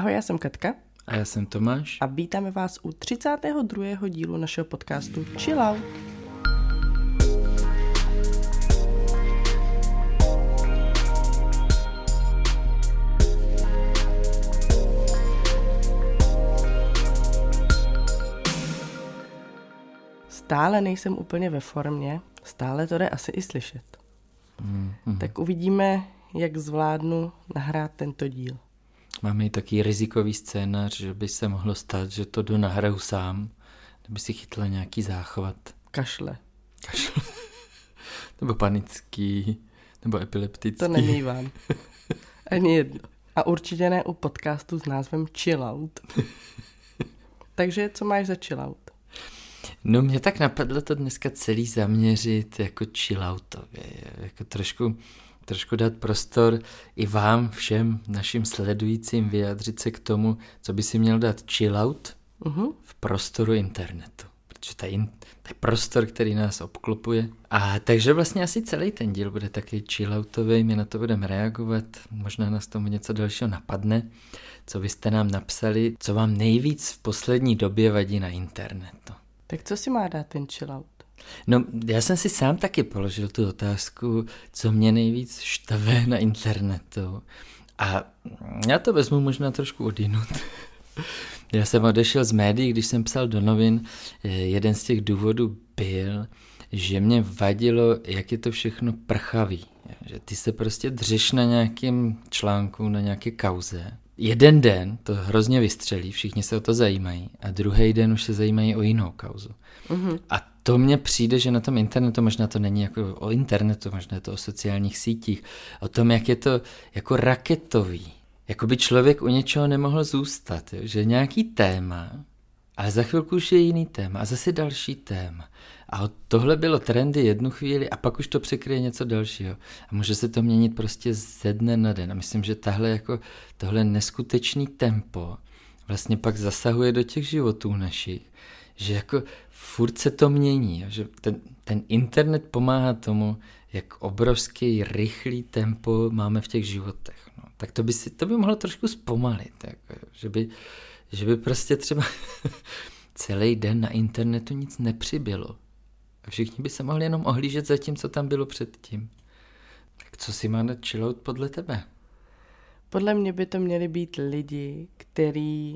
Ahoj, já jsem Katka. A já jsem Tomáš. A vítáme vás u 32. dílu našeho podcastu Chill Out. Stále nejsem úplně ve formě, stále to jde asi i slyšet. Tak uvidíme, jak zvládnu nahrát tento díl. Máme i taký rizikový scénář, že by se mohlo stát, že to nahraju sám, kdyby si chytla nějaký záchvat. Kašle. Nebo panický, nebo epileptický. To nemývám. Ani jedno. A určitě ne u podcastu s názvem Chill Out. Takže co máš za Chill Out? No mě tak napadlo to dneska celý zaměřit jako chilloutově, jako trošku dát prostor i vám všem našim sledujícím vyjádřit se k tomu, co by si měl dát chillout v prostoru internetu. Protože to je prostor, který nás obklopuje. A takže vlastně asi celý ten díl bude taky chilloutový, my na to budeme reagovat, možná nás tomu něco dalšího napadne, co byste nám napsali, co vám nejvíc v poslední době vadí na internetu. Tak co si má dát ten chillout? No, já jsem si sám taky položil tu otázku, co mě nejvíc štve na internetu. A já to vezmu možná trošku odinut. Já jsem odešel z médií, když jsem psal do novin. Jeden z těch důvodů byl, že mě vadilo, jak je to všechno prchavý. Že ty se prostě dřeš na nějakém článku, na nějaké kauze. Jeden den to hrozně vystřelí, všichni se o to zajímají a druhý den už se zajímají o jinou kauzu. A to mně přijde, že na tom internetu, možná to není jako o internetu, možná je to o sociálních sítích, o tom, jak je to jako raketový. Jako by člověk u něčeho nemohl zůstat, jo? Že nějaký téma, ale za chvilku už je jiný téma a zase další téma. A tohle bylo trendy jednu chvíli a pak už to překryje něco dalšího. A může se to měnit prostě ze dne na den. A myslím, že tohle neskutečný tempo vlastně pak zasahuje do těch životů našich. Že jako furt se to mění. Že ten internet pomáhá tomu, jak obrovský, rychlý tempo máme v těch životech. No, tak to by mohlo trošku zpomalit. Jako, že by prostě třeba celý den na internetu nic nepřibylo. A všichni by se mohli jenom ohlížet za tím, co tam bylo předtím. Tak co si má dát chillout podle tebe? Podle mě by to měli být lidi, kteří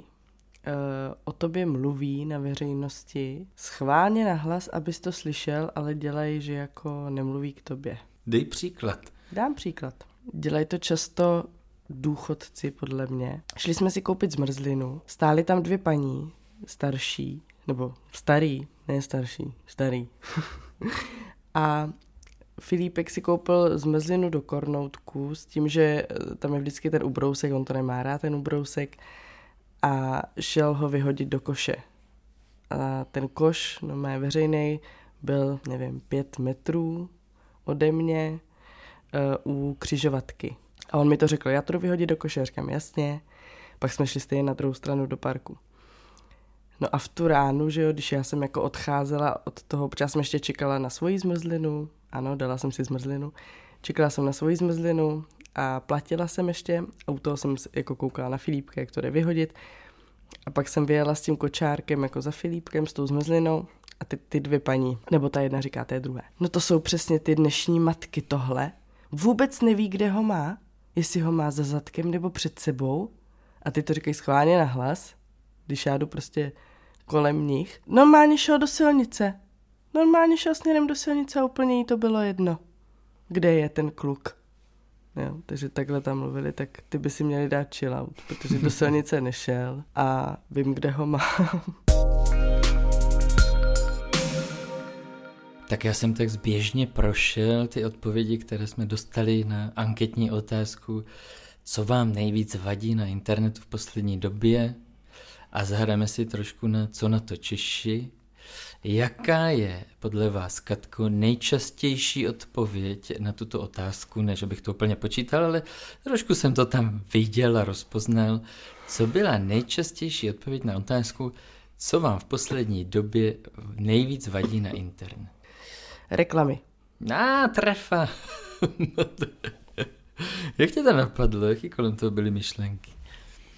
o tobě mluví na veřejnosti schválně nahlas, abys to slyšel, ale dělají, že jako nemluví k tobě. Dej příklad. Dám příklad. Dělají to často důchodci, podle mě. Šli jsme si koupit zmrzlinu. Stály tam dvě paní, starší, nebo starý. A Filipek si koupil zmrzlinu do kornoutku s tím, že tam je vždycky ten ubrousek, on to nemá rád, ten ubrousek, a šel ho vyhodit do koše. A ten koš, mé veřejnej, byl, 5 metrů ode mě u křižovatky. A on mi to řekl, já to jdu vyhodit do koše, říkám, jasně. Pak jsme šli stejně na druhou stranu do parku. No a v tu ránu, že jo, když já jsem jako odcházela od toho, protože já jsem ještě čekala na svoji zmrzlinu, ano, dala jsem si zmrzlinu, čekala jsem na svoji zmrzlinu a platila jsem ještě a u toho jsem jako koukala na Filipka, jak to jde vyhodit a pak jsem vyjela s tím kočárkem jako za Filipkem s tou zmrzlinou a ty dvě paní, nebo ta jedna říká té druhé. No to jsou přesně ty dnešní matky tohle, vůbec neví, kde ho má, jestli ho má za zadkem nebo před sebou a ty to říkají schválně nahlas, když já jdu prostě kolem nich. Normálně šel do silnice. Normálně šel směrem do silnice a úplně jí to bylo jedno. Kde je ten kluk? Jo, takže takhle tam mluvili, tak ty by si měli dát chillout, protože do silnice nešel a vím, kde ho mám. Tak já jsem tak zběžně prošel ty odpovědi, které jsme dostali na anketní otázku, co vám nejvíc vadí na internetu v poslední době. A zahrajeme si trošku na co na to Češi. Jaká je podle vás, Katko, nejčastější odpověď na tuto otázku? Ne, že bych to úplně počítal, ale trošku jsem to tam viděl a rozpoznal. Co byla nejčastější odpověď na otázku, co vám v poslední době nejvíc vadí na internet? Reklamy. Trefa. Jak tě to napadlo? Jaký kolem toho byly myšlenky?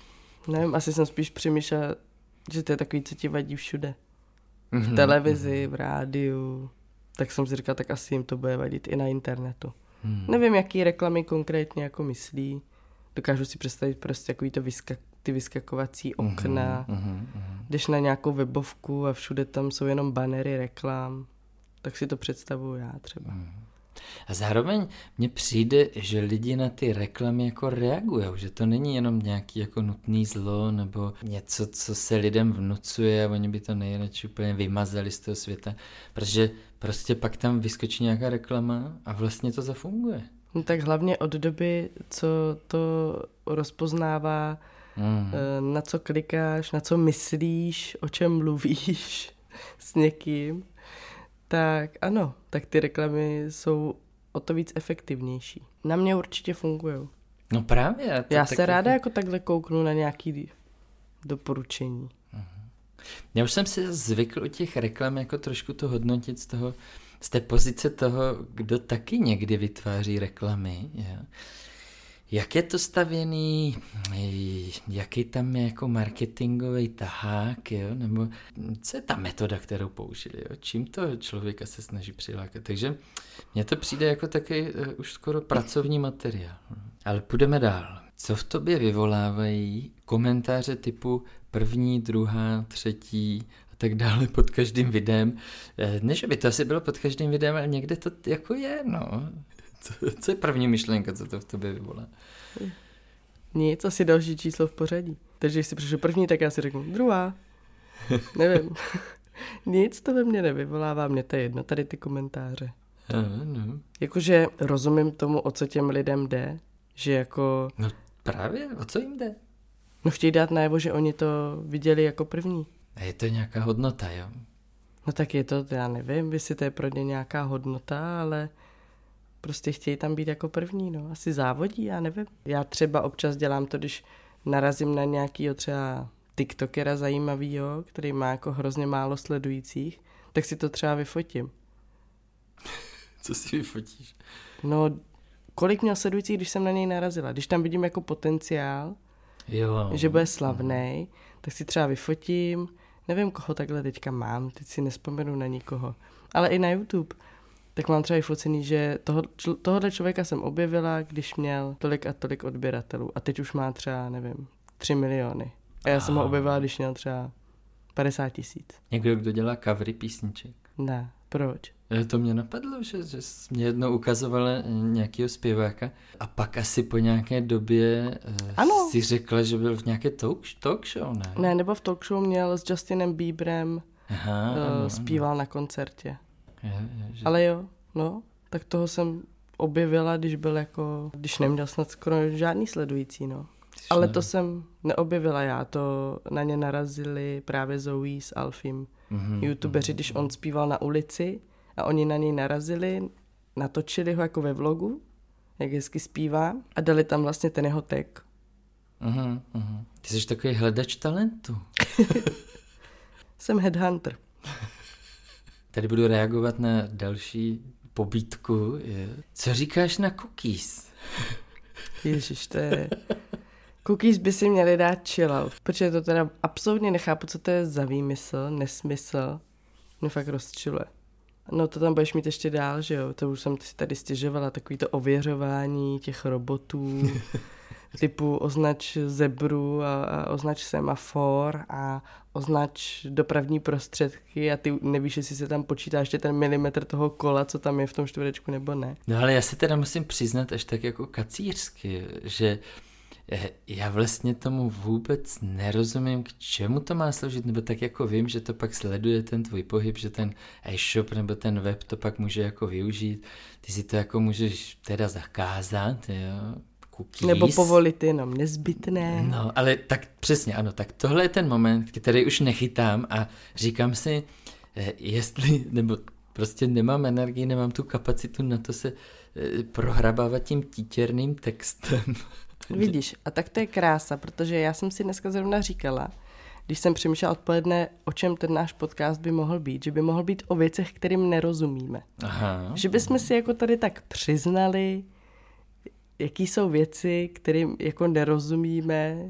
Nevím, asi jsem spíš přemýšlela, že to je takový, co ti vadí všude. V televizi, v rádiu. Tak jsem si říkal, tak asi jim to bude vadit i na internetu. Nevím, jaký reklamy konkrétně jako myslí. Dokážu si představit prostě takový to ty vyskakovací okna. Jdeš na nějakou webovku a všude tam jsou jenom banery reklam. Tak si to představuju já třeba. A zároveň mně přijde, že lidi na ty reklamy jako reagujou, že to není jenom nějaký jako nutný zlo nebo něco, co se lidem vnucuje a oni by to nejradši úplně vymazali z toho světa, protože prostě pak tam vyskočí nějaká reklama a vlastně to zafunguje. No tak hlavně od doby, co to rozpoznává, na co klikáš, na co myslíš, o čem mluvíš s někým, tak ano, tak ty reklamy jsou o to víc efektivnější. Na mě určitě fungují. No právě. Já se ráda jako takhle kouknu na nějaký doporučení. Já už jsem si zvykl u těch reklam jako trošku to hodnotit z té pozice toho, kdo taky někdy vytváří reklamy. Jo. Jak je to stavěný, jaký tam je jako marketingový tahák, jo? Nebo co je ta metoda, kterou použili, jo? Čím to člověka se snaží přilákat. Takže mně to přijde jako taky už skoro pracovní materiál. Ale půjdeme dál. Co v tobě vyvolávají komentáře typu první, druhá, třetí a tak dále pod každým videem? Ne, že by to asi bylo pod každým videem, ale někde to jako je, no. Co je první myšlenka, co to v tobě vyvolá? Nic, asi další číslo v pořadí. Takže když si přišel první, tak já si řeknu druhá. Nevím. Nic to ve mně nevyvolává, mně to je jedno, tady ty komentáře. No. Jakože rozumím tomu, o co těm lidem jde, že jako... No právě, o co jim jde? No chtějí dát najevo, že oni to viděli jako první. A je to nějaká hodnota, jo? No tak je to, já nevím, jestli to je pro ně nějaká hodnota, ale... Prostě chtějí tam být jako první, no. Asi závodí, já nevím. Já třeba občas dělám to, když narazím na nějakýho třeba tiktokera zajímavýho, který má jako hrozně málo sledujících, tak si to třeba vyfotím. Co si vyfotíš? No, kolik měl sledujících, když jsem na něj narazila. Když tam vidím jako potenciál, že bude slavnej, tak si třeba vyfotím. Nevím, koho takhle teďka mám, teď si nespomenu na nikoho. Ale i na YouTube. Tak mám třeba vyfocený, že tohohle člověka jsem objevila, když měl tolik a tolik odběratelů. A teď už má třeba, nevím, 3 miliony. A já jsem ho objevila, když měl třeba 50 000. Někdo, kdo dělá covery písniček. Ne, proč? To mě napadlo, že jsi mě jednou ukazovala nějakého zpěváka a pak asi po nějaké době si řekla, že byl v nějaké talk show, ne? Ne, nebo v talk show měl s Justinem Bieberem, zpíval na koncertě. Ale jo, no, tak toho jsem objevila, když neměl snad skoro žádný sledující, no. Ale to jsem neobjevila já, to na ně narazili právě Zoe s Alfím, youtubeři, když on zpíval na ulici a oni na něj narazili, natočili ho jako ve vlogu, jak hezky zpívá a dali tam vlastně ten jeho tag. Ty jsi takový hledač talentu. Jsem headhunter. Tady budu reagovat na další pobídku. Co říkáš na cookies? Ježiš, to je... Cookies by si měli dát chill out, protože to teda absolutně nechápu, co to je za výmysl, nesmysl. Mě fakt rozčiluje. No to tam budeš mít ještě dál, že jo? To už jsem si tady stěžovala, takový to ověřování těch robotů, typu označ zebru a označ semafor a označ dopravní prostředky a ty nevíš, jestli se tam počítá ještě ten milimetr toho kola, co tam je v tom čtverečku, nebo ne. No ale já si teda musím přiznat až tak jako kacířsky, že já vlastně tomu vůbec nerozumím, k čemu to má sloužit, nebo tak jako vím, že to pak sleduje ten tvůj pohyb, že ten e-shop nebo ten web to pak může jako využít. Ty si to jako můžeš teda zakázat, jo, cookies. Nebo povolit jenom nezbytné. No, ale tak přesně, ano, tak tohle je ten moment, který už nechytám a říkám si, jestli, nebo prostě nemám energii, nemám tu kapacitu na to se prohrabávat tím títěrným textem. Vidíš, a tak to je krása, protože já jsem si dneska zrovna říkala, když jsem přemýšlela odpoledne, o čem ten náš podcast by mohl být, že by mohl být o věcech, kterým nerozumíme. Aha. Že bychom si jako tady tak přiznali, jaký jsou věci, kterým jako nerozumíme,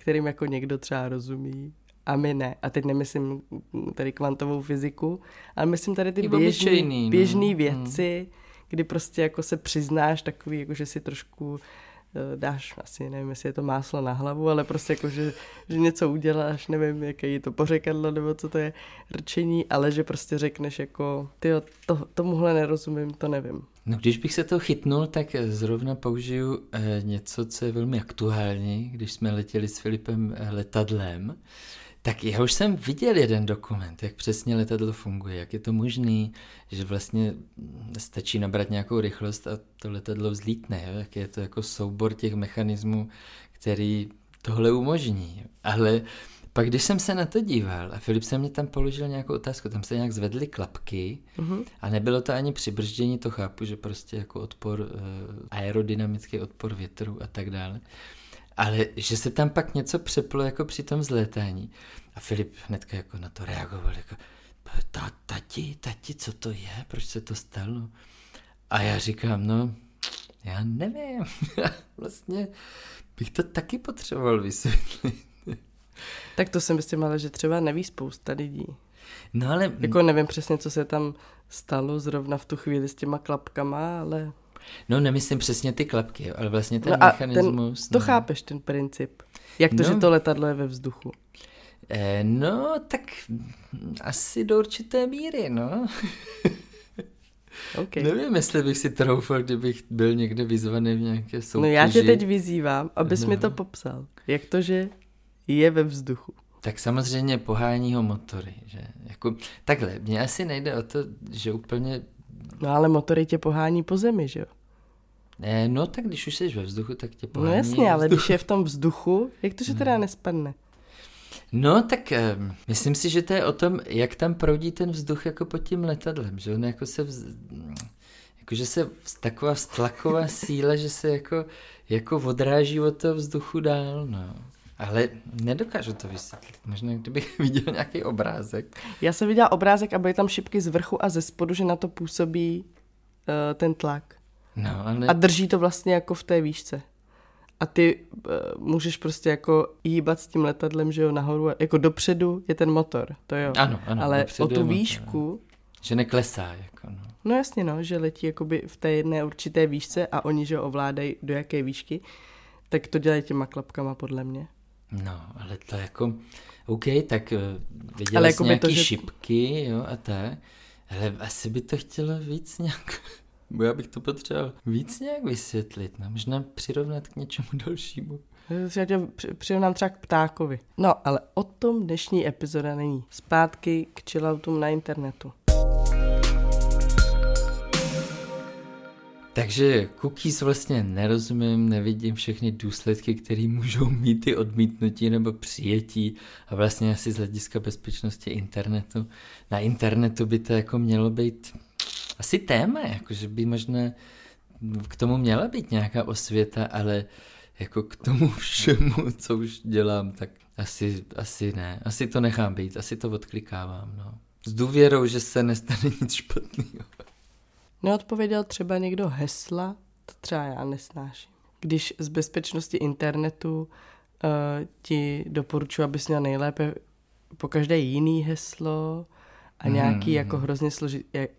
kterým jako někdo třeba rozumí a my ne. A teď nemyslím tady kvantovou fyziku, ale myslím tady ty běžný věci, kdy prostě jako se přiznáš takový, jako že si trošku dáš, asi nevím, jestli je to máslo na hlavu, ale prostě jako, že něco uděláš, nevím, jaké je to pořekadlo, nebo co to je rčení, ale že prostě řekneš jako, tyjo, tomuhle nerozumím, to nevím. No když bych se to chytnul, tak zrovna použiju něco, co je velmi aktuální, když jsme letěli s Filipem letadlem, tak já už jsem viděl jeden dokument, jak přesně letadlo funguje, jak je to možný, že vlastně stačí nabrat nějakou rychlost a to letadlo vzlítne, jo? Jak je to jako soubor těch mechanismů, který tohle umožní. Ale pak, když jsem se na to díval a Filip se mě tam položil nějakou otázku, tam se nějak zvedly klapky a nebylo to ani při brždění, to chápu, že prostě jako odpor, aerodynamický odpor větru a tak dále. Ale že se tam pak něco přeplo jako při tom vzlétání. A Filip hnedka jako na to reagoval, jako tati, co to je? Proč se to stalo? A já říkám, no, já nevím. Vlastně bych to taky potřeboval vysvětlit. Tak to si myslím, ale že třeba neví spousta lidí. No ale... Jako nevím přesně, co se tam stalo zrovna v tu chvíli s těma klapkama, ale... No nemyslím přesně ty klapky, ale vlastně ten mechanismus... To chápeš, ten princip. Jak to, že to letadlo je ve vzduchu? No, tak asi do určité míry, no. Okay. Nevím, jestli bych si troufal, kdybych byl někde vyzvaný v nějaké soutěži. No já tě teď vyzývám, abys mi to popsal. Jak to, že je ve vzduchu? Tak samozřejmě pohání ho motory, že? Jako, takhle, mně asi nejde o to, že úplně... No ale motory tě pohání po zemi, že jo? No tak když už jsi ve vzduchu, tak tě pohání. No jasně, ale když je v tom vzduchu, jak to, že teda nespadne? No tak myslím si, že to je o tom, jak tam proudí ten vzduch jako pod tím letadlem, že on jako se jakože se taková tlaková síla, že se jako odráží od toho vzduchu dál, no. Ale nedokážu to vysvětlit. Možná kdybych viděl nějaký obrázek. Já jsem viděla obrázek a byly tam šipky z vrchu a ze spodu, že na to působí ten tlak. No, ale... A drží to vlastně jako v té výšce. A ty můžeš prostě jako hýbat s tím letadlem, že jo, nahoru, jako dopředu je ten motor, to jo. Ano, ale o tu motor, výšku... Že neklesá, jako no. No jasně, no, že letí jakoby v té jedné určité výšce a oni, že ovládají do jaké výšky, tak to dělají těma klapkama podle mě. No, ale to jako, OK, tak viděla jsi nějaký šipky, jo, a tak, ale asi by to chtělo víc nějak, bo já bych to potřeboval víc nějak vysvětlit, no, možná přirovnat k něčemu dalšímu. Já tě přirovnám třeba k ptákovi. No, ale o tom dnešní epizoda není. Zpátky k chilloutům na internetu. Takže cookies vlastně nerozumím, nevidím všechny důsledky, které můžou mít i odmítnutí nebo přijetí a vlastně asi z hlediska bezpečnosti internetu. Na internetu by to jako mělo být asi téma, jakože by možná k tomu měla být nějaká osvěta, ale jako k tomu všemu, co už dělám, tak asi ne. Asi to nechám být, asi to odklikávám, no. S důvěrou, že se nestane nic špatného. Neodpověděl třeba někdo hesla, to třeba já nesnáším. Když z bezpečnosti internetu ti doporučuji, abys měl nejlépe po každé jiný heslo a nějaký jako hrozně složitý.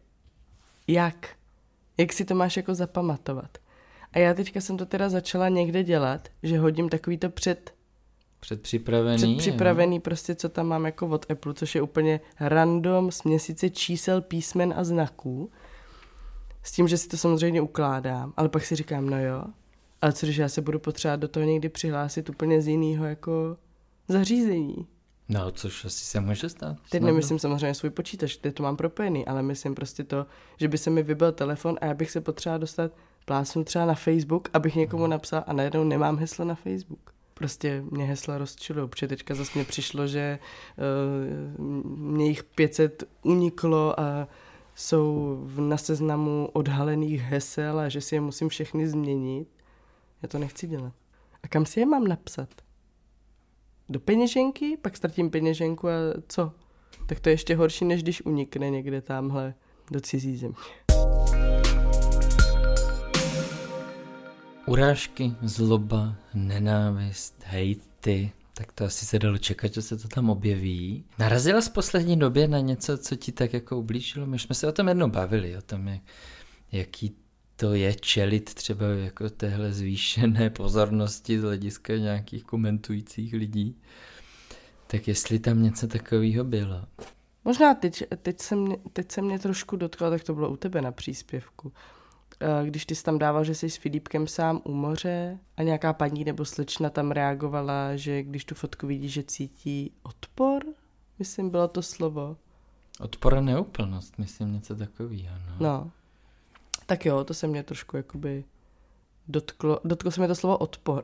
Jak si to máš jako zapamatovat? A já teďka jsem to teda začala někde dělat, že hodím takový to předpřipravený prostě, co tam mám jako od Apple, což je úplně random směsice čísel, písmen a znaků. S tím, že si to samozřejmě ukládám, ale pak si říkám, no jo, ale co když já se budu potřebovat do toho někdy přihlásit úplně z jiného jako zařízení. No, což asi se může stát. Teď nemyslím samozřejmě svůj počítač, kde to mám propojený, ale myslím prostě to, že by se mi vybil telefon a já bych se potřeboval dostat plásnu třeba na Facebook, abych někomu napsal a najednou nemám heslo na Facebook. Prostě mě hesla rozčilujou, protože teďka zase mě přišlo, že mě jich 500 uniklo a jsou na seznamu odhalených hesel a že si je musím všechny změnit. Já to nechci dělat. A kam si je mám napsat? Do peněženky? Pak ztratím peněženku a co? Tak to je ještě horší, než když unikne někde tamhle do cizí země. Urážky, zloba, nenávist, hejty, Tak to asi se dalo čekat, že se to tam objeví. Narazila jsi v poslední době na něco, co ti tak jako ublížilo? My jsme se o tom jednou bavili, o tom, jaký to je čelit třeba jako téhle zvýšené pozornosti z hlediska nějakých komentujících lidí. Tak jestli tam něco takového bylo. Možná teď se mě trošku dotkla, tak to bylo u tebe na příspěvku. Když ty jsi tam dával, že jsi s Filipkem sám u moře a nějaká paní nebo slečna tam reagovala, že když tu fotku vidí, že cítí odpor, myslím, bylo to slovo. Odpor a neúplnost, myslím, něco takového. No. Tak jo, to se mě trošku jakoby dotklo se mě to slovo odpor.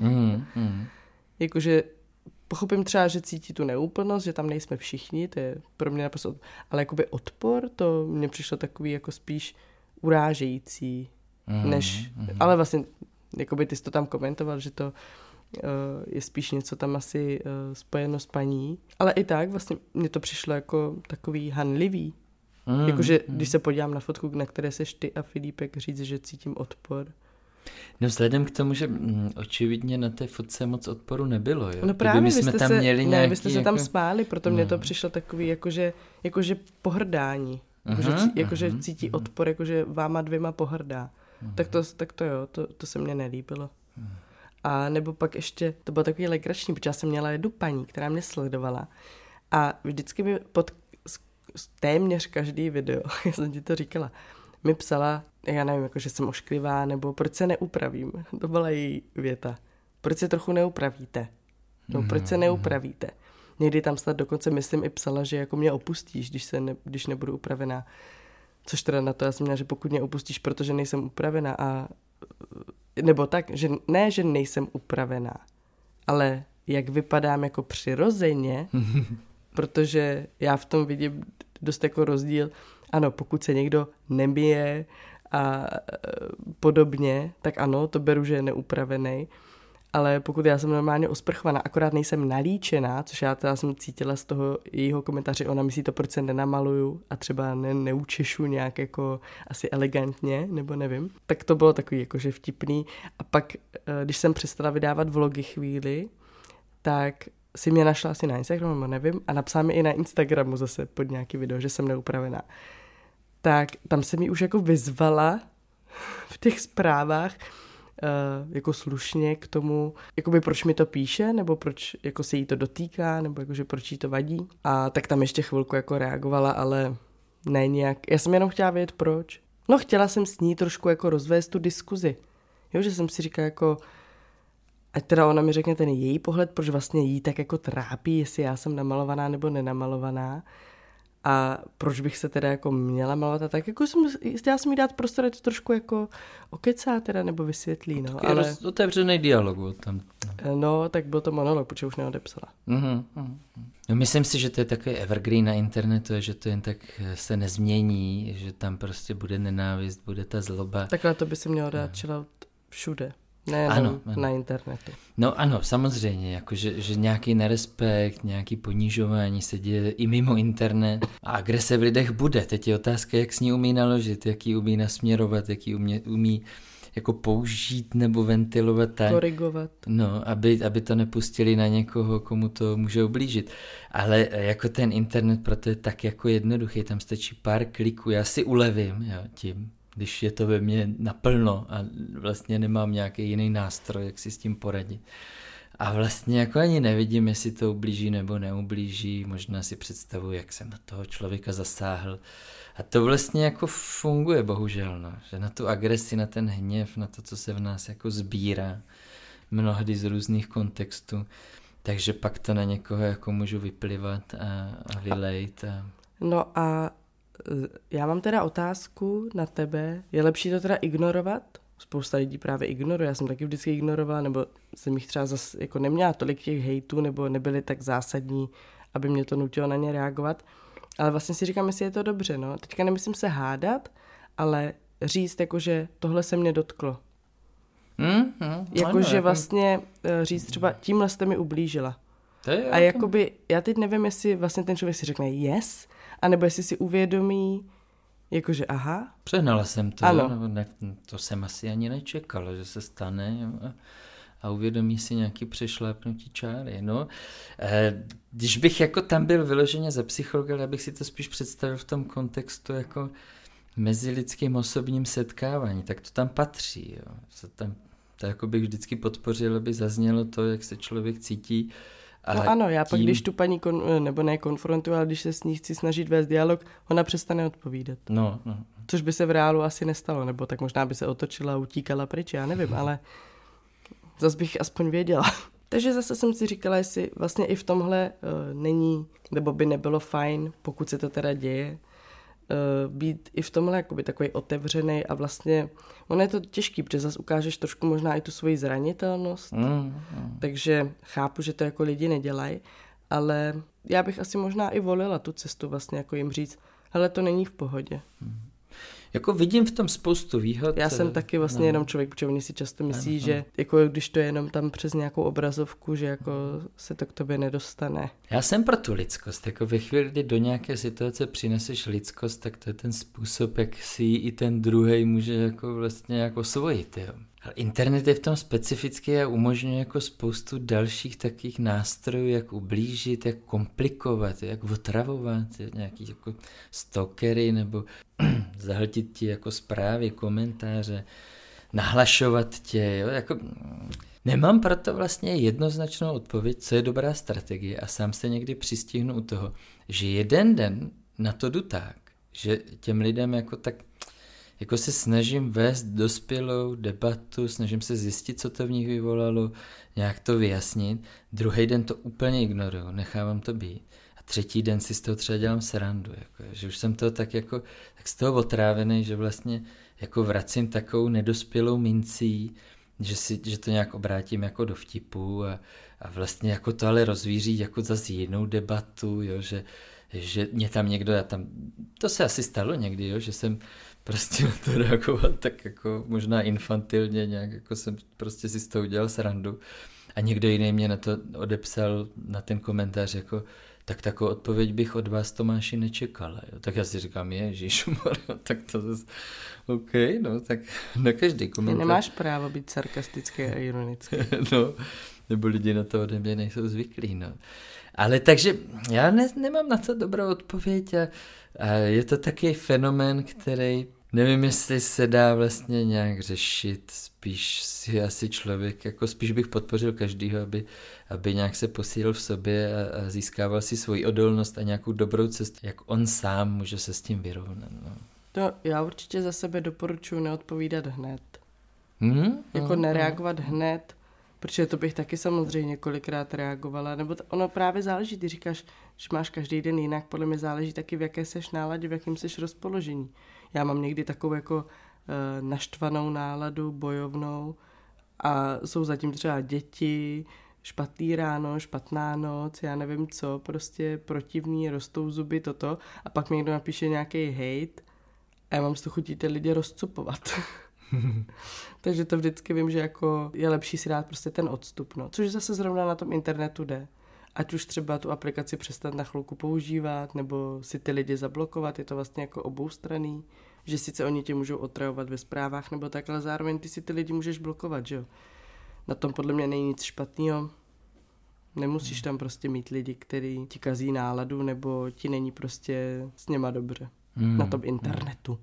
Jakože pochopím třeba, že cítí tu neúplnost, že tam nejsme všichni, to je pro mě naprosto, ale jakoby odpor, to mně přišlo takový jako spíš urážející, než, ale vlastně, jakoby ty jsi to tam komentoval, že to je spíš něco tam asi spojeno s paní, ale i tak vlastně mně to přišlo jako takový hanlivý, jakože když se podívám na fotku, na které seš ty a Filipek, říct, že cítím odpor. No vzhledem k tomu, že očividně na té fotce moc odporu nebylo, jo? No právě, vy jste se tam smáli, proto mně to přišlo takový jakože pohrdání. Jakože cítí odpor, jakože váma dvěma pohrdá. Tak to jo, to se mně nelíbilo. A nebo pak ještě, to bylo takový legrační, protože já jsem měla jednu paní, která mě sledovala a vždycky mi pod téměř každý video, já jsem ti to říkala, mi psala, já nevím, jako, že jsem ošklivá, nebo proč se neupravím. To byla její věta. Proč se trochu neupravíte? No, proč se neupravíte? Někdy tam snad dokonce, myslím, i psala, že jako mě opustíš, když nebudu upravená. Což teda na to já jsem měla, že pokud mě opustíš, protože nejsem upravená nebo tak, že ne, že nejsem upravená, ale jak vypadám jako přirozeně, protože já v tom vidím dost jako rozdíl. Ano, pokud se někdo nemije a podobně, tak ano, to beru, že je neupravený. Ale pokud já jsem normálně osprchovaná, akorát nejsem nalíčená, což já teda jsem cítila z toho jejího komentáře, ona myslí to, proč se nenamaluju a třeba neučešu nějak jako asi elegantně, nebo nevím. Tak to bylo takový jakože vtipný. A pak, když jsem přestala vydávat vlogy chvíli, tak si mě našla asi na Instagramu, nevím, a napsala mi i na Instagramu zase pod nějaký video, že jsem neupravená. Tak tam se mi už jako vyzvala v těch zprávách jako slušně k tomu, jakoby proč mi to píše, nebo proč jako se jí to dotýká, nebo jakože proč jí to vadí. A tak tam ještě chvilku jako reagovala, ale ne nějak. Já jsem jenom chtěla vědět proč. No chtěla jsem s ní trošku jako rozvést tu diskuzi. Jo, že jsem si říkala jako, ať teda ona mi řekne ten její pohled, proč vlastně jí tak jako trápí, jestli já jsem namalovaná nebo nenamalovaná. A proč bych se teda jako měla malovat a tak, jako já jsem jí dát prostor, to trošku jako okecá teda, nebo vysvětlí, no. Takový ale otevřený dialog tam. No, tak byl to monolog, protože už neodepsala. No, myslím si, že to je takový evergreen na internetu, že to jen tak se nezmění, že tam prostě bude nenávist, bude ta zloba. Takhle to by si mělo dát chillout všude. Ne, ano. Na internetu. No ano, samozřejmě, jakože že nějaký nerespekt, nějaký ponižování se děje i mimo internet a agrese v lidech bude. Teď je otázka, jak s ní umí naložit, jak ji umí nasměrovat, jak ji umí jako použít nebo ventilovat tak. Korigovat. No, aby to nepustili na někoho, komu to může ublížit. Ale jako ten internet proto je tak jako jednoduchý, tam stačí pár kliků, já si ulevím, jo, tím. Když je to ve mně naplno a vlastně nemám nějaký jiný nástroj, jak si s tím poradit. A vlastně jako ani nevidím, jestli to ublíží nebo neublíží, možná si představuji, jak jsem na toho člověka zasáhl. A to vlastně jako funguje, bohužel, no. Že na tu agresi, na ten hněv, na to, co se v nás jako sbírá, mnohdy z různých kontextů, takže pak to na někoho jako můžu vyplivat a vylejt. No a já mám teda otázku na tebe. Je lepší to teda ignorovat? Spousta lidí právě ignoruje. Já jsem taky vždycky ignorovala, nebo jsem jich třeba zase jako neměla tolik těch hejtů, nebo nebyly tak zásadní, aby mě to nutilo na ně reagovat. Ale vlastně si říkám, jestli je to dobře. No. Teďka nemyslím se hádat, ale říct, jakože tohle se mě dotklo. Jakože vlastně říct třeba, tímhle jste mi ublížila. A jakoby, já teď nevím, jestli vlastně ten člověk si řekne yes, anebo jestli si uvědomí, jakože aha. Přehnala jsem to, ano. Ne, to jsem asi ani nečekala, že se stane. a uvědomí si nějaký přešlápnutí čáry. No. Když bych jako tam byl vyloženě za psychologa, ale já bych si to spíš představil v tom kontextu jako mezilidským osobním setkávání, tak to tam patří. Jo. To jako bych vždycky podpořil, aby zaznělo to, jak se člověk cítí. No ano, já pak, když tu paní, nebo ne konfrontuji, ale když se s ní chci snažit vést dialog, ona přestane odpovídat. No. Což by se v reálu asi nestalo, nebo tak možná by se otočila a utíkala pryč, já nevím, ale zas bych aspoň věděla. Takže zase jsem si říkala, jestli vlastně i v tomhle není, nebo by nebylo fajn, pokud se to teda děje, být i v tomhle jakoby takový otevřený a vlastně, ono je to těžký, protože zase ukážeš trošku možná i tu svoji zranitelnost, takže chápu, že to jako lidi nedělají, ale já bych asi možná i volila tu cestu vlastně jako jim říct, hele, to není v pohodě. Jako vidím v tom spoustu výhod. Já jsem taky vlastně jenom člověk, protože oni si často myslí, že jako když to je jenom tam přes nějakou obrazovku, že jako se to k tobě nedostane. Já jsem pro tu lidskost. Jako ve chvíli, kdy do nějaké situace přineseš lidskost, tak to je ten způsob, jak si ji i ten druhej může jako vlastně jako osvojit. Jo. Ale internet je v tom specifický a umožňuje jako spoustu dalších takových nástrojů, jak ublížit, jak komplikovat, jak otravovat, nějaký jako stalkery nebo zahltit ti jako zprávy, komentáře, nahlašovat tě. Jo? Jako, nemám proto vlastně jednoznačnou odpověď, co je dobrá strategie a sám se někdy přistihnu u toho, že jeden den na to jdu tak, že těm lidem jako tak jako se snažím vést dospělou debatu, snažím se zjistit, co to v nich vyvolalo, nějak to vyjasnit. Druhý den to úplně ignoruju, nechávám to být. A třetí den si z toho třeba dělám srandu. Jako, že už jsem to tak z toho otrávený, že vlastně jako vracím takovou nedospělou mincí, že to nějak obrátím jako do vtipu a vlastně jako to ale rozvíří jako zase jinou debatu, jo, že mě tam někdo, to se asi stalo někdy, jo, že jsem prostě na to reagoval tak jako možná infantilně, nějak jako jsem prostě si z toho udělal srandu a někdo jiný mě na to odepsal na ten komentář jako tak takovou odpověď bych od vás, Tomáši, nečekala. Jo. Tak já si říkám, ježišmarja, tak to zase, OK, no, tak na každý komentář. Ty nemáš právo být sarkastický a ironický. No, nebo lidi na to ode mě nejsou zvyklí, no. Ale takže já nemám na to dobrou odpověď a je to takový fenomén, který nevím, jestli se dá vlastně nějak řešit, spíš si asi člověk, jako spíš bych podpořil každýho, aby nějak se posílil v sobě a získával si svoji odolnost a nějakou dobrou cestu, jak on sám může se s tím vyrovnat. No. To já určitě za sebe doporučuji neodpovídat hned. Jako nereagovat hned, protože to bych taky samozřejmě několikrát reagovala, nebo ono právě záleží, ty říkáš, že máš každý den jinak, podle mě záleží taky, v jaké seš náladě, v jakém seš rozpoložení. Já mám někdy takovou jako naštvanou náladu, bojovnou a jsou zatím třeba děti, špatný ráno, špatná noc, já nevím co, prostě protivný, rostou zuby, toto a pak mi někdo napíše nějaký hejt a já mám z toho chutí ty lidi rozcupovat. Takže to vždycky vím, že jako je lepší si dát prostě ten odstup, no. Což zase zrovna na tom internetu jde. Ať už třeba tu aplikaci přestat na chvilku používat, nebo si ty lidi zablokovat, je to vlastně jako oboustranný, že sice oni tě můžou otravovat ve zprávách nebo tak, ale zároveň ty si ty lidi můžeš blokovat, že jo. Na tom podle mě není nic špatného. Nemusíš tam prostě mít lidi, kteří ti kazí náladu, nebo ti není prostě s něma dobře na tom internetu.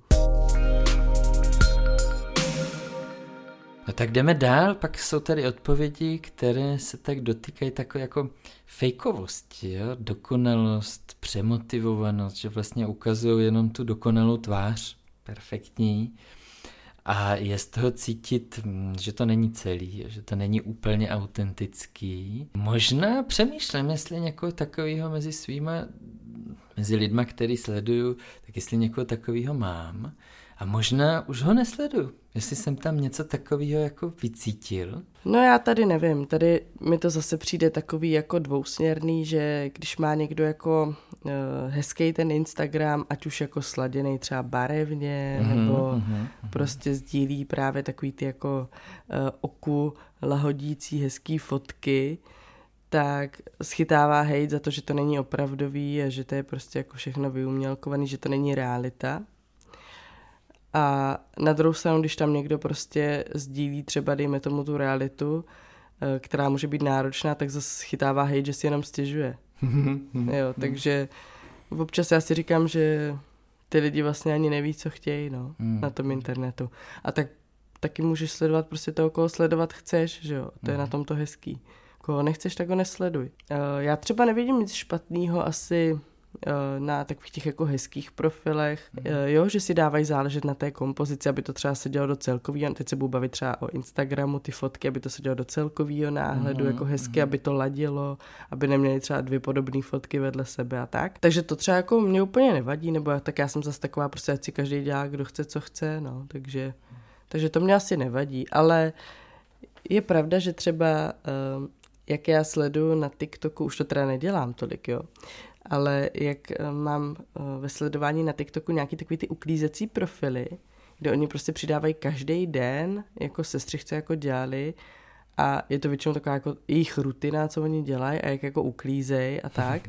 No tak jdeme dál, pak jsou tady odpovědi, které se tak dotýkají takové jako fejkovosti, jo? Dokonalost, přemotivovanost, že vlastně ukazují jenom tu dokonalou tvář, perfektní, a je z toho cítit, že to není celý, že to není úplně autentický. Možná přemýšlím, jestli někoho takového mezi lidma, který sleduju, tak jestli někoho takového mám. A možná už ho nesleduju, jestli jsem tam něco takového jako vycítil. No já tady nevím, tady mi to zase přijde takový jako dvousměrný, že když má někdo jako hezký ten Instagram, ať už jako sladěný třeba barevně, nebo prostě sdílí právě takový ty jako oku lahodící hezký fotky, tak schytává hejt za to, že to není opravdový a že to je prostě jako všechno vyumělkovaný, že to není realita. A na druhou stranu, když tam někdo prostě sdílí třeba, dejme tomu tu realitu, která může být náročná, tak zase chytává hejt, že si jenom stěžuje. Jo, takže občas já si říkám, že ty lidi vlastně ani neví, co chtějí, no, na tom internetu. A tak taky můžeš sledovat prostě toho, koho sledovat chceš, že jo, to je na tom to hezký. Koho nechceš, tak ho nesleduj. Já třeba nevidím nic špatného asi na takových těch jako hezkých profilech, jo, že si dávají záležet na té kompozici, aby to třeba sedělo do celkového, teď se budu bavit třeba o Instagramu, ty fotky, aby to sedělo do celkového náhledu, jako hezky, aby to ladilo, aby neměli třeba 2 podobné fotky vedle sebe a tak. Takže to třeba jako mě úplně nevadí, nebo tak já jsem zase taková, prostě ať si každý dělá, kdo chce, co chce, no, takže to mě asi nevadí, ale je pravda, že třeba jak já sleduju na TikToku, už to teda nedělám tolik, jo, ale jak mám ve sledování na TikToku nějaký takový ty uklízecí profily, kde oni prostě přidávají každý den, jako sestřichce jako dělali a je to většinou taková jako jejich rutina, co oni dělají a jak jako uklízej a tak.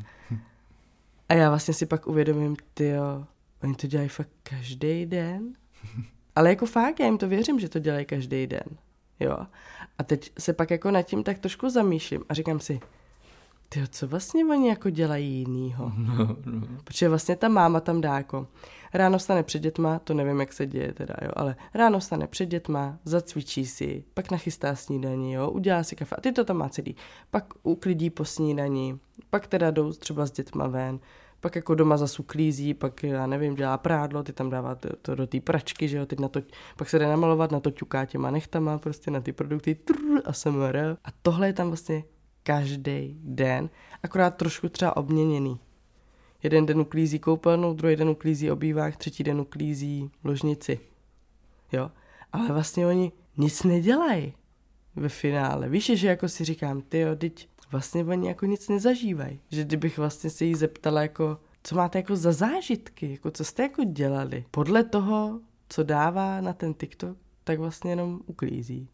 A já vlastně si pak uvědomím, tyjo, oni to dělají fakt každý den? Ale jako fakt, já jim to věřím, že to dělají každý den, jo. A teď se pak jako nad tím tak trošku zamýšlím a říkám si, tyjo, co vlastně oni jako dělají jinýho? No. Protože vlastně ta máma tam dá jako, ráno vstane před dětma, to nevím, jak se děje teda, jo, ale ráno vstane před dětma, zacvičí si, pak nachystá snídaní, jo, udělá si kafe a ty to tam má celý, pak uklidí po snídaní, pak teda jdou třeba s dětma ven, pak jako doma zase uklízí, pak já nevím, dělá prádlo, ty tam dává to do té pračky, že jo, teď na to, pak se jde namalovat, na to ťuká těma nechtama, prostě na ty produkty a SMR. A tohle je tam vlastně každý den, akorát trošku třeba obměněný. Jeden den uklízí koupelnu, druhý den uklízí obývák, třetí den uklízí ložnici. Jo, ale vlastně oni nic nedělají ve finále. Víš, že jako si říkám, tyjo, teď vlastně oni jako nic nezažívají. Že kdybych vlastně se jí zeptala jako, co máte jako za zážitky, jako co jste jako dělali. Podle toho, co dává na ten TikTok, tak vlastně jenom uklízí.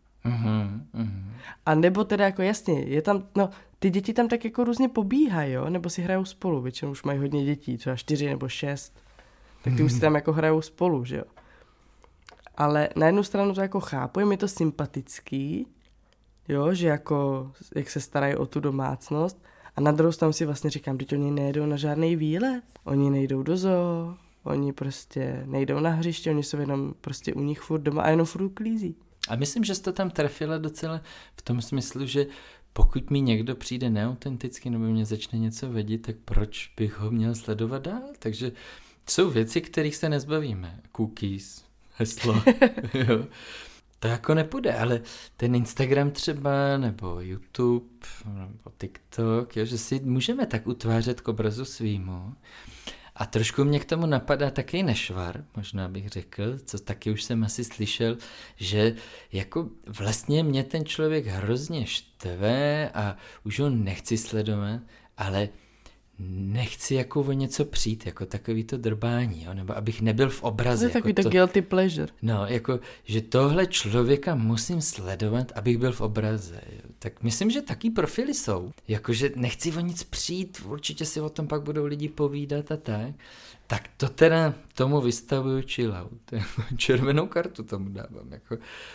A nebo teda jako jasně, je tam, no, ty děti tam tak jako různě pobíhají, jo, nebo si hrajou spolu, většinou už mají hodně dětí, třeba 4 nebo 6, tak ty už si tam jako hrajou spolu, že jo. Ale na jednu stranu to jako chápu, je mi to sympatický, jo, že jako, jak se starají o tu domácnost, a na druhou stranu si vlastně říkám, že oni nejedou na žádný výlet, oni nejdou do zoo, oni prostě nejdou na hřiště, oni jsou jenom prostě u nich furt doma a jenom furt uklízí. A myslím, že jsi to tam trefila docela v tom smyslu, že pokud mi někdo přijde neautenticky nebo mě začne něco vadit, tak proč bych ho měl sledovat dál? Takže jsou věci, kterých se nezbavíme. Cookies, heslo, jo. To jako nepůjde, ale ten Instagram třeba, nebo YouTube, nebo TikTok, jo, že si můžeme tak utvářet k obrazu svýmu. A trošku mě k tomu napadá taky nešvar, možná bych řekl, co taky už jsem asi slyšel, že jako vlastně mě ten člověk hrozně štve a už ho nechci sledovat, ale nechci jako o něco přijít, jako takový to drbání, jo? Nebo abych nebyl v obraze. To je takový to guilty pleasure. No, jako, že tohle člověka musím sledovat, abych byl v obraze. Jo? Tak myslím, že taky profily jsou. Jakože nechci o nic přijít, určitě si o tom pak budou lidi povídat a tak. Tak to teda tomu vystavuju chill out. Červenou kartu tomu dávám. Jako,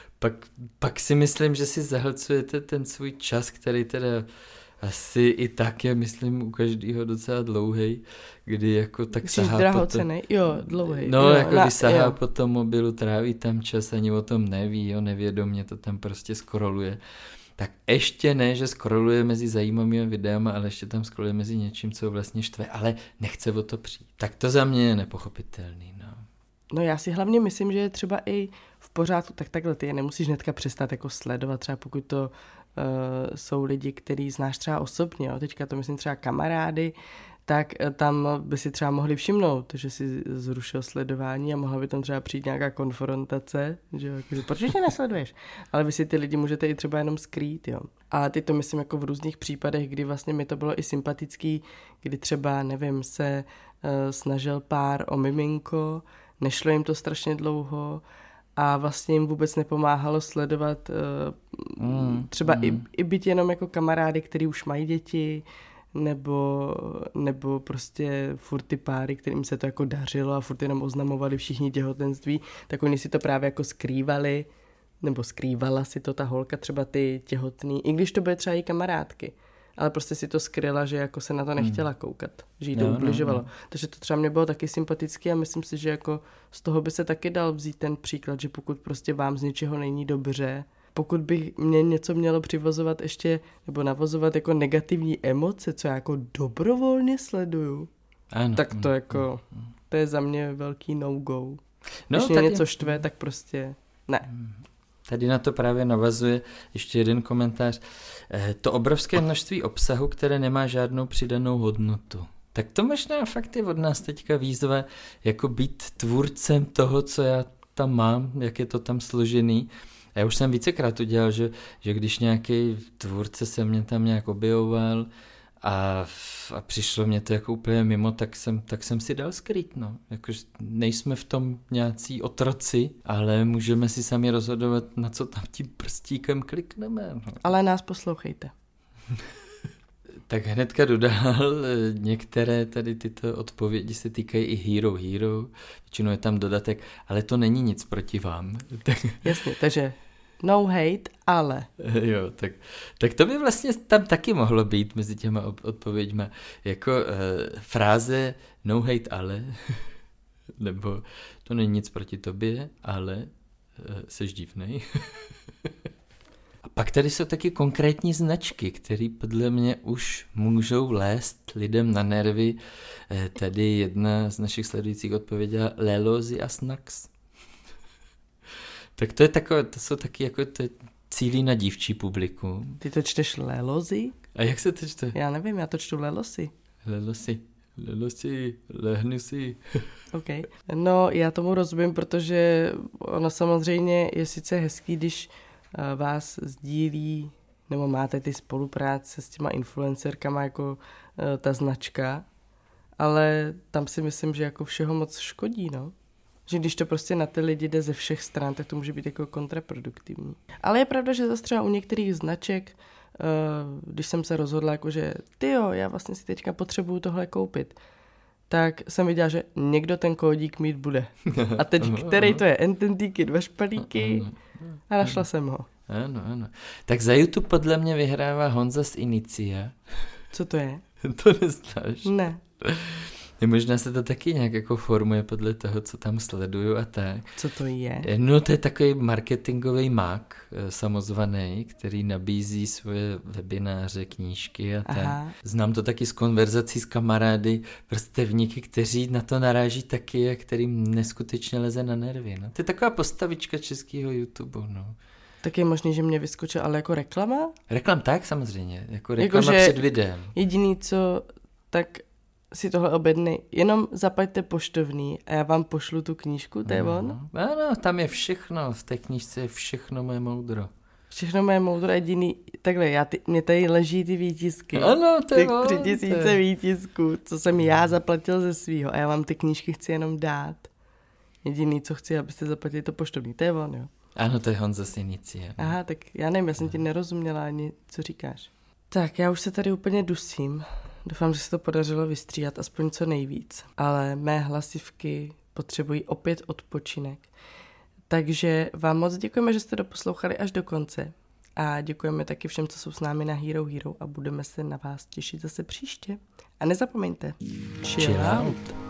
pak si myslím, že si zahlcujete ten svůj čas, který teda asi i tak je, myslím, u každého docela dlouhej, kdy jako tak sahá drahocenej, jo, dlouhej. No, jo, jako když sahá po tom mobilu, tráví tam čas, ani o tom neví, jo, nevědomě to tam prostě scrolluje. Tak ještě ne, že scrolluje mezi zajímavými videama, ale ještě tam scrolluje mezi něčím, co vlastně štve, ale nechce o to přijít. Tak to za mě je nepochopitelný, no. No já si hlavně myslím, že je třeba i v pořádku, tak takhle ty je nemusíš hnedka přestat jako sledovat, třeba pokud to jsou lidi, který znáš třeba osobně, jo. Teďka to myslím třeba kamarády, tak tam by si třeba mohli všimnout, že si zrušil sledování a mohla by tam třeba přijít nějaká konfrontace, že jo, jako, proč tě nesleduješ? Ale vy si ty lidi můžete i třeba jenom skrýt, jo. A teď to myslím jako v různých případech, kdy vlastně mi to bylo i sympatický, kdy třeba, nevím, se snažil pár o miminko, nešlo jim to strašně dlouho a vlastně jim vůbec nepomáhalo sledovat třeba i být jenom jako kamarády, který už mají děti, nebo prostě furt ty páry, kterým se to jako dařilo a furt jenom oznamovali všichni těhotenství, tak oni si to právě jako skrývali, nebo skrývala si to ta holka, třeba ty těhotný, i když to byly třeba její kamarádky, ale prostě si to skryla, že jako se na to nechtěla koukat, že jí to ubližovalo. No. Takže to třeba mě bylo taky sympatický a myslím si, že jako z toho by se taky dal vzít ten příklad, že pokud prostě vám z něčeho není dobře, pokud by mě něco mělo přivozovat ještě, nebo navozovat jako negativní emoce, co já jako dobrovolně sleduju, ano, tak to jako, to je za mě velký no-go. Když mě něco štve, tak prostě ne. Tady na to právě navazuje ještě jeden komentář. To obrovské množství obsahu, které nemá žádnou přidanou hodnotu. Tak to možná fakt je od nás teďka výzva, jako být tvůrcem toho, co já tam mám, jak je to tam složený. A já už jsem vícekrát udělal, že když nějaký tvůrce se mě tam nějak objevoval a přišlo mě to jako úplně mimo, tak jsem si dal skrýt, no. Jakože nejsme v tom nějací otroci, ale můžeme si sami rozhodovat, na co tam tím prstíkem klikneme. No. Ale nás poslouchejte. Tak hnedka dodal, některé tady tyto odpovědi se týkají i Hero, většinou je tam dodatek, ale to není nic proti vám. Jasně, takže no hate, ale. Jo, tak to by vlastně tam taky mohlo být mezi těma odpověďma. Jako fráze no hate, ale, nebo to není nic proti tobě, ale seš divnej. A pak tady jsou taky konkrétní značky, které podle mě už můžou lézt lidem na nervy. Tady jedna z našich sledujících odpověděla Lelozy a Snacks. Tak to je takové, to jsou taky jako to cílí na dívčí publikum. Ty to čteš Lelozy? A jak se to čte? Já nevím, já to čtu Lelosy. Lelosy, lehni si. OK. No, já tomu rozumím, protože ono samozřejmě je sice hezký, když vás sdílí, nebo máte ty spolupráce s těma influencerkama jako ta značka, ale tam si myslím, že jako všeho moc škodí, no. Že když to prostě na ty lidi jde ze všech stran, tak to může být jako kontraproduktivní. Ale je pravda, že zase třeba u některých značek, když jsem se rozhodla, jakože tyjo, já vlastně si teďka potřebuju tohle koupit, tak jsem viděla, že někdo ten kódík mít bude. A teď, který to je? Ententíky, 2 špalíky a našla jsem ho. Ano. Tak za YouTube podle mě vyhrává Honza z Inicia. Co to je? To neznáš? Ne. Možná se to taky nějak jako formuje podle toho, co tam sleduju a tak. Co to je? No to je takový marketingový mák, samozvaný, který nabízí svoje webináře, knížky a tak. Aha. Znám to taky z konverzací s kamarády, vrstevníky, kteří na to naráží taky a kterým neskutečně leze na nervy. No. To je taková postavička českého YouTube, no. Tak je možný, že mě vyskočil, ale jako reklama? Reklam tak samozřejmě, jako reklama před videem. Jediný co, tak si tohle objednej, jenom zaplaťte poštovný a já vám pošlu tu knížku, to je on? Ano, tam je všechno, v té knížce je všechno moje moudro. Všechno moje moudro, jediný, takhle, mě tady leží ty výtisky. Ano, to je on. 3000 výtisků, co jsem já zaplatil ze svýho a já vám ty knížky chci jenom dát. Jediný, co chci, abyste zaplatili to poštovný, to je on, jo? Ano, to je Honza z Inicie. Aha, tak já nevím, já jsem ti nerozuměla ani, co říkáš. Tak, já už se tady úplně dusím. Doufám, že se to podařilo vystříhat aspoň co nejvíc. Ale mé hlasivky potřebují opět odpočinek. Takže vám moc děkujeme, že jste doposlouchali až do konce. A děkujeme taky všem, co jsou s námi na Hero a budeme se na vás těšit zase příště. A nezapomeňte, chill out.